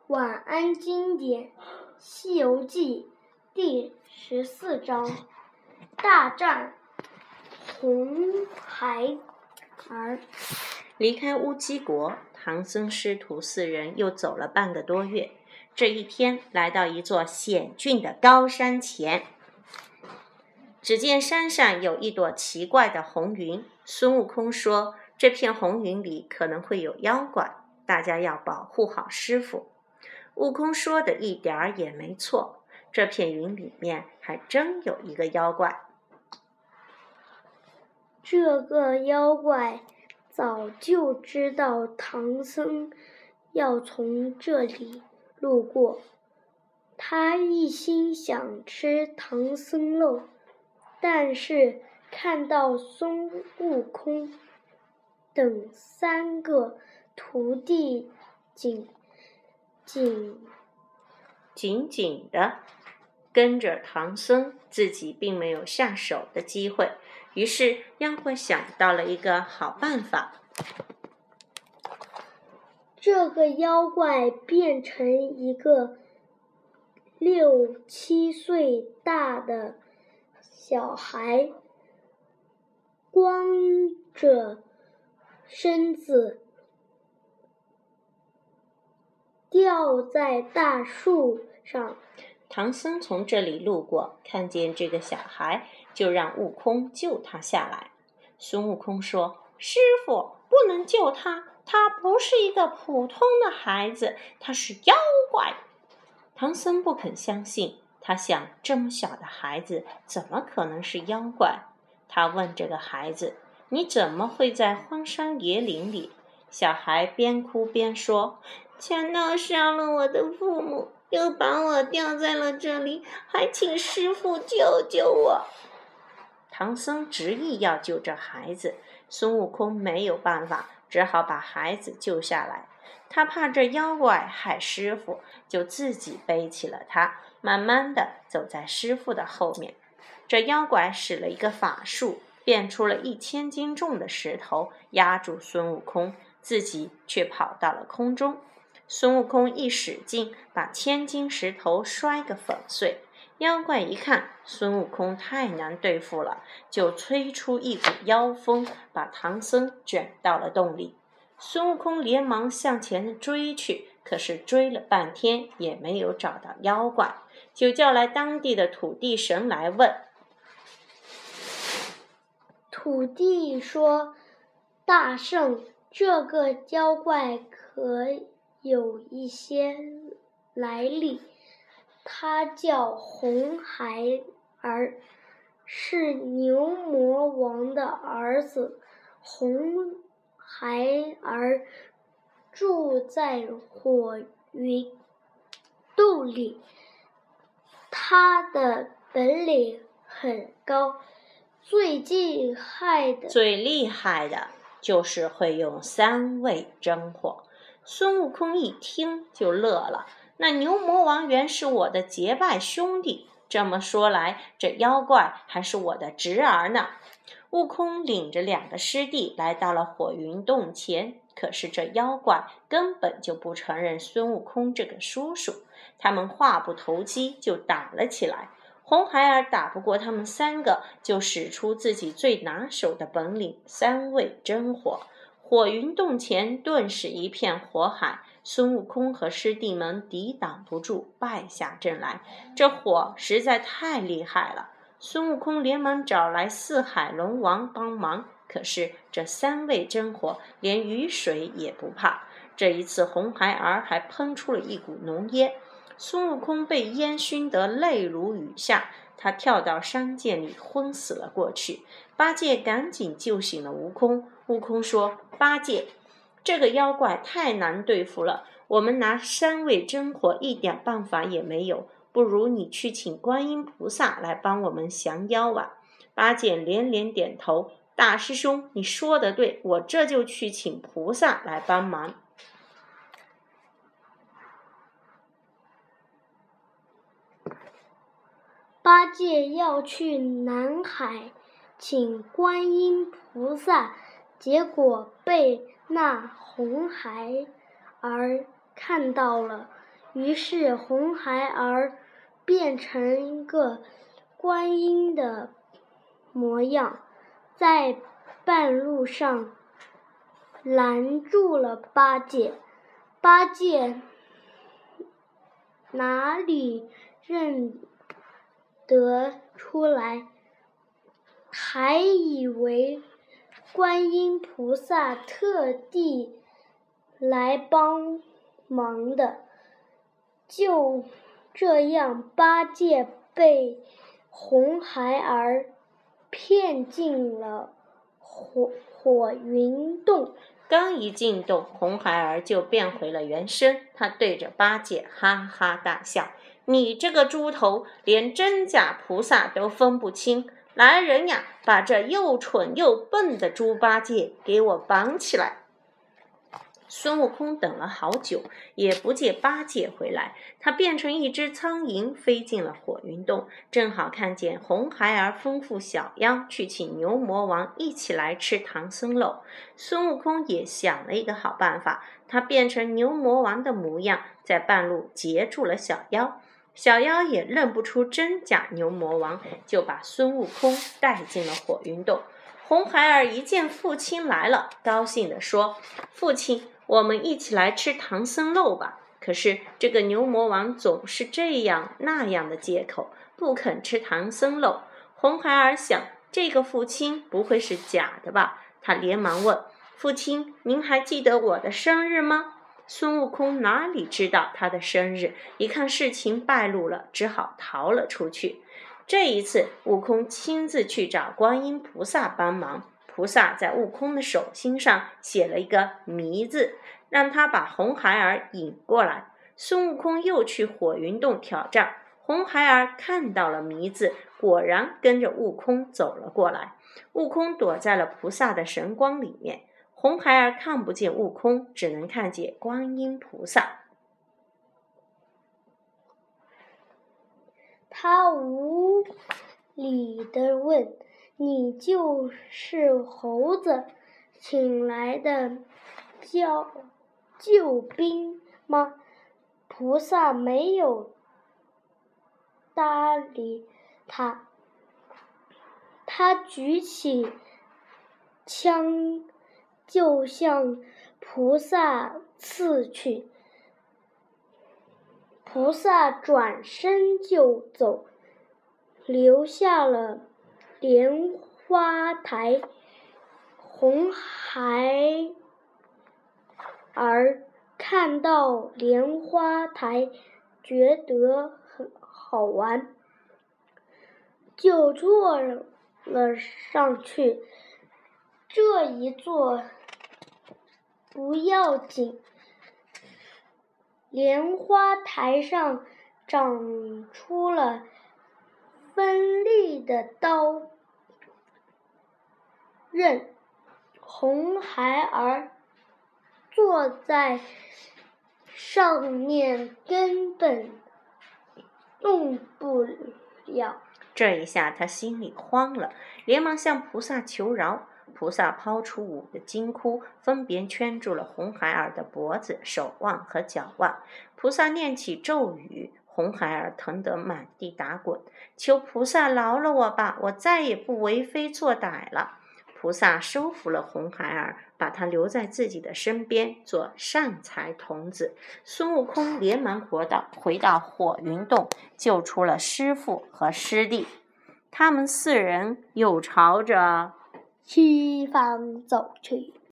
晚安经典《西游记》第14章大战红孩儿。 离开乌鸡国，唐僧师徒4人又走了半个多月。这一天，来到一座险峻的高山前，只见山上有一朵奇怪的红云。孙悟空说，这片红云里可能会有妖怪，大家要保护好师傅。悟空说的一点儿也没错，这片云里面还真有一个妖怪。 这个妖怪早就知道唐僧要从这里路过，他一心想吃唐僧肉，但是看到孙悟空等3个徒弟紧紧的跟着唐僧，自己并没有下手的机会，于是妖怪想到了一个好办法。 这个妖怪变成一个6、7岁大的小孩，光着身子吊在大树上。 唐僧从这里路过，看见这个小孩，就让悟空救他下来。孙悟空说，师傅，不能救他，他不是一个普通的孩子，他是妖怪。唐僧不肯相信，他想，这么小的孩子怎么可能是妖怪？他问这个孩子，你怎么会在荒山野岭里？小孩边哭边说，强盗杀了我的父母，又把我吊在了这里，还请师父救救我。唐僧执意要救这孩子，孙悟空没有办法，只好把孩子救下来。他怕这妖怪害师傅，就自己背起了他，慢慢地走在师傅的后面。这妖怪使了一个法术，变出了1000斤重的石头，压住孙悟空，自己却跑到了空中。孙悟空一使劲，把1000斤石头摔个粉碎。妖怪一看孙悟空太难对付了，就吹出一股妖风，把唐僧卷到了洞里。孙悟空连忙向前追去，可是追了半天也没有找到妖怪，就叫来当地的土地神来问。 土地说，大圣，这个妖怪可有一些来历，他叫红孩儿，是牛魔王的儿子。红孩儿住在火云洞里，他的本领很高，最厉害的就是会用3味真火。孙悟空一听就乐了，那牛魔王原是我的结拜兄弟，这么说来，这妖怪还是我的侄儿呢。悟空领着2个师弟来到了火云洞前，可是这妖怪根本就不承认孙悟空这个叔叔，他们话不投机就打了起来。红孩儿打不过他们3个，就使出自己最拿手的本领3味真火。火云洞前顿时一片火海，孙悟空和师弟们抵挡不住，败下阵来。这火实在太厉害了，孙悟空连忙找来4海龙王帮忙，可是这3味真火连雨水也不怕。这一次红孩儿还喷出了一股浓烟，孙悟空被烟熏得泪如雨下，他跳到山涧里昏死了过去。八戒赶紧救醒了悟空。悟空说，八戒，这个妖怪太难对付了，我们拿3味真火一点办法也没有，不如你去请观音菩萨来帮我们降妖吧。八戒连连点头，大师兄，你说得对，我这就去请菩萨来帮忙。 八戒要去南海请观音菩萨，结果被那红孩儿看到了， 于是红孩儿变成一个观音的模样，在半路上拦住了八戒。八戒哪里认得出来，还以为观音菩萨特地来帮忙的。就这样，八戒被红孩儿骗进了火云洞。 刚一进洞，红孩儿就变回了原身，他对着八戒哈哈大笑：“你这个猪头，连真假菩萨都分不清！来人呀，把这又蠢又笨的猪八戒给我绑起来！”孙悟空等了好久，也不见八戒回来，他变成一只苍蝇飞进了火云洞，正好看见红孩儿吩咐小妖去请牛魔王一起来吃唐僧肉。孙悟空也想了一个好办法，他变成牛魔王的模样，在半路截住了小妖。小妖也认不出真假牛魔王，就把孙悟空带进了火云洞。红孩儿一见父亲来了，高兴地说：“父亲，我们一起来吃唐僧肉吧。”可是这个牛魔王总是这样那样的借口，不肯吃唐僧肉。红孩儿想，这个父亲不会是假的吧？他连忙问：“父亲，您还记得我的生日吗？”孙悟空哪里知道他的生日，一看事情败露了，只好逃了出去。这一次，悟空亲自去找观音菩萨帮忙。菩萨在悟空的手心上写了一个迷字，让他把红孩儿引过来。孙悟空又去火云洞挑战，红孩儿看到了迷字，果然跟着悟空走了过来。悟空躲在了菩萨的神光里面，红孩儿看不见悟空，只能看见观音菩萨。 他无理地问：“你就是猴子请来的救兵吗？”菩萨没有搭理他，他举起枪就向菩萨刺去。菩萨转身就走，留下了莲花台。红孩儿看到莲花台，觉得很好玩，就坐了上去。这一坐不要紧，莲花台上长出了锋利的刀刃，红孩儿坐在上面根本动不了。 这一下他心里慌了，连忙向菩萨求饶。菩萨抛出5个金箍，分别圈住了红孩儿的脖子、手腕和脚腕。菩萨念起咒语，红孩儿疼得满地打滚，求菩萨饶了我吧，我再也不为非作歹了。菩萨收服了红孩儿，把他留在自己的身边做善财童子。孙悟空连忙回到火云洞，救出了师父和师弟。他们4人又朝着西方走去。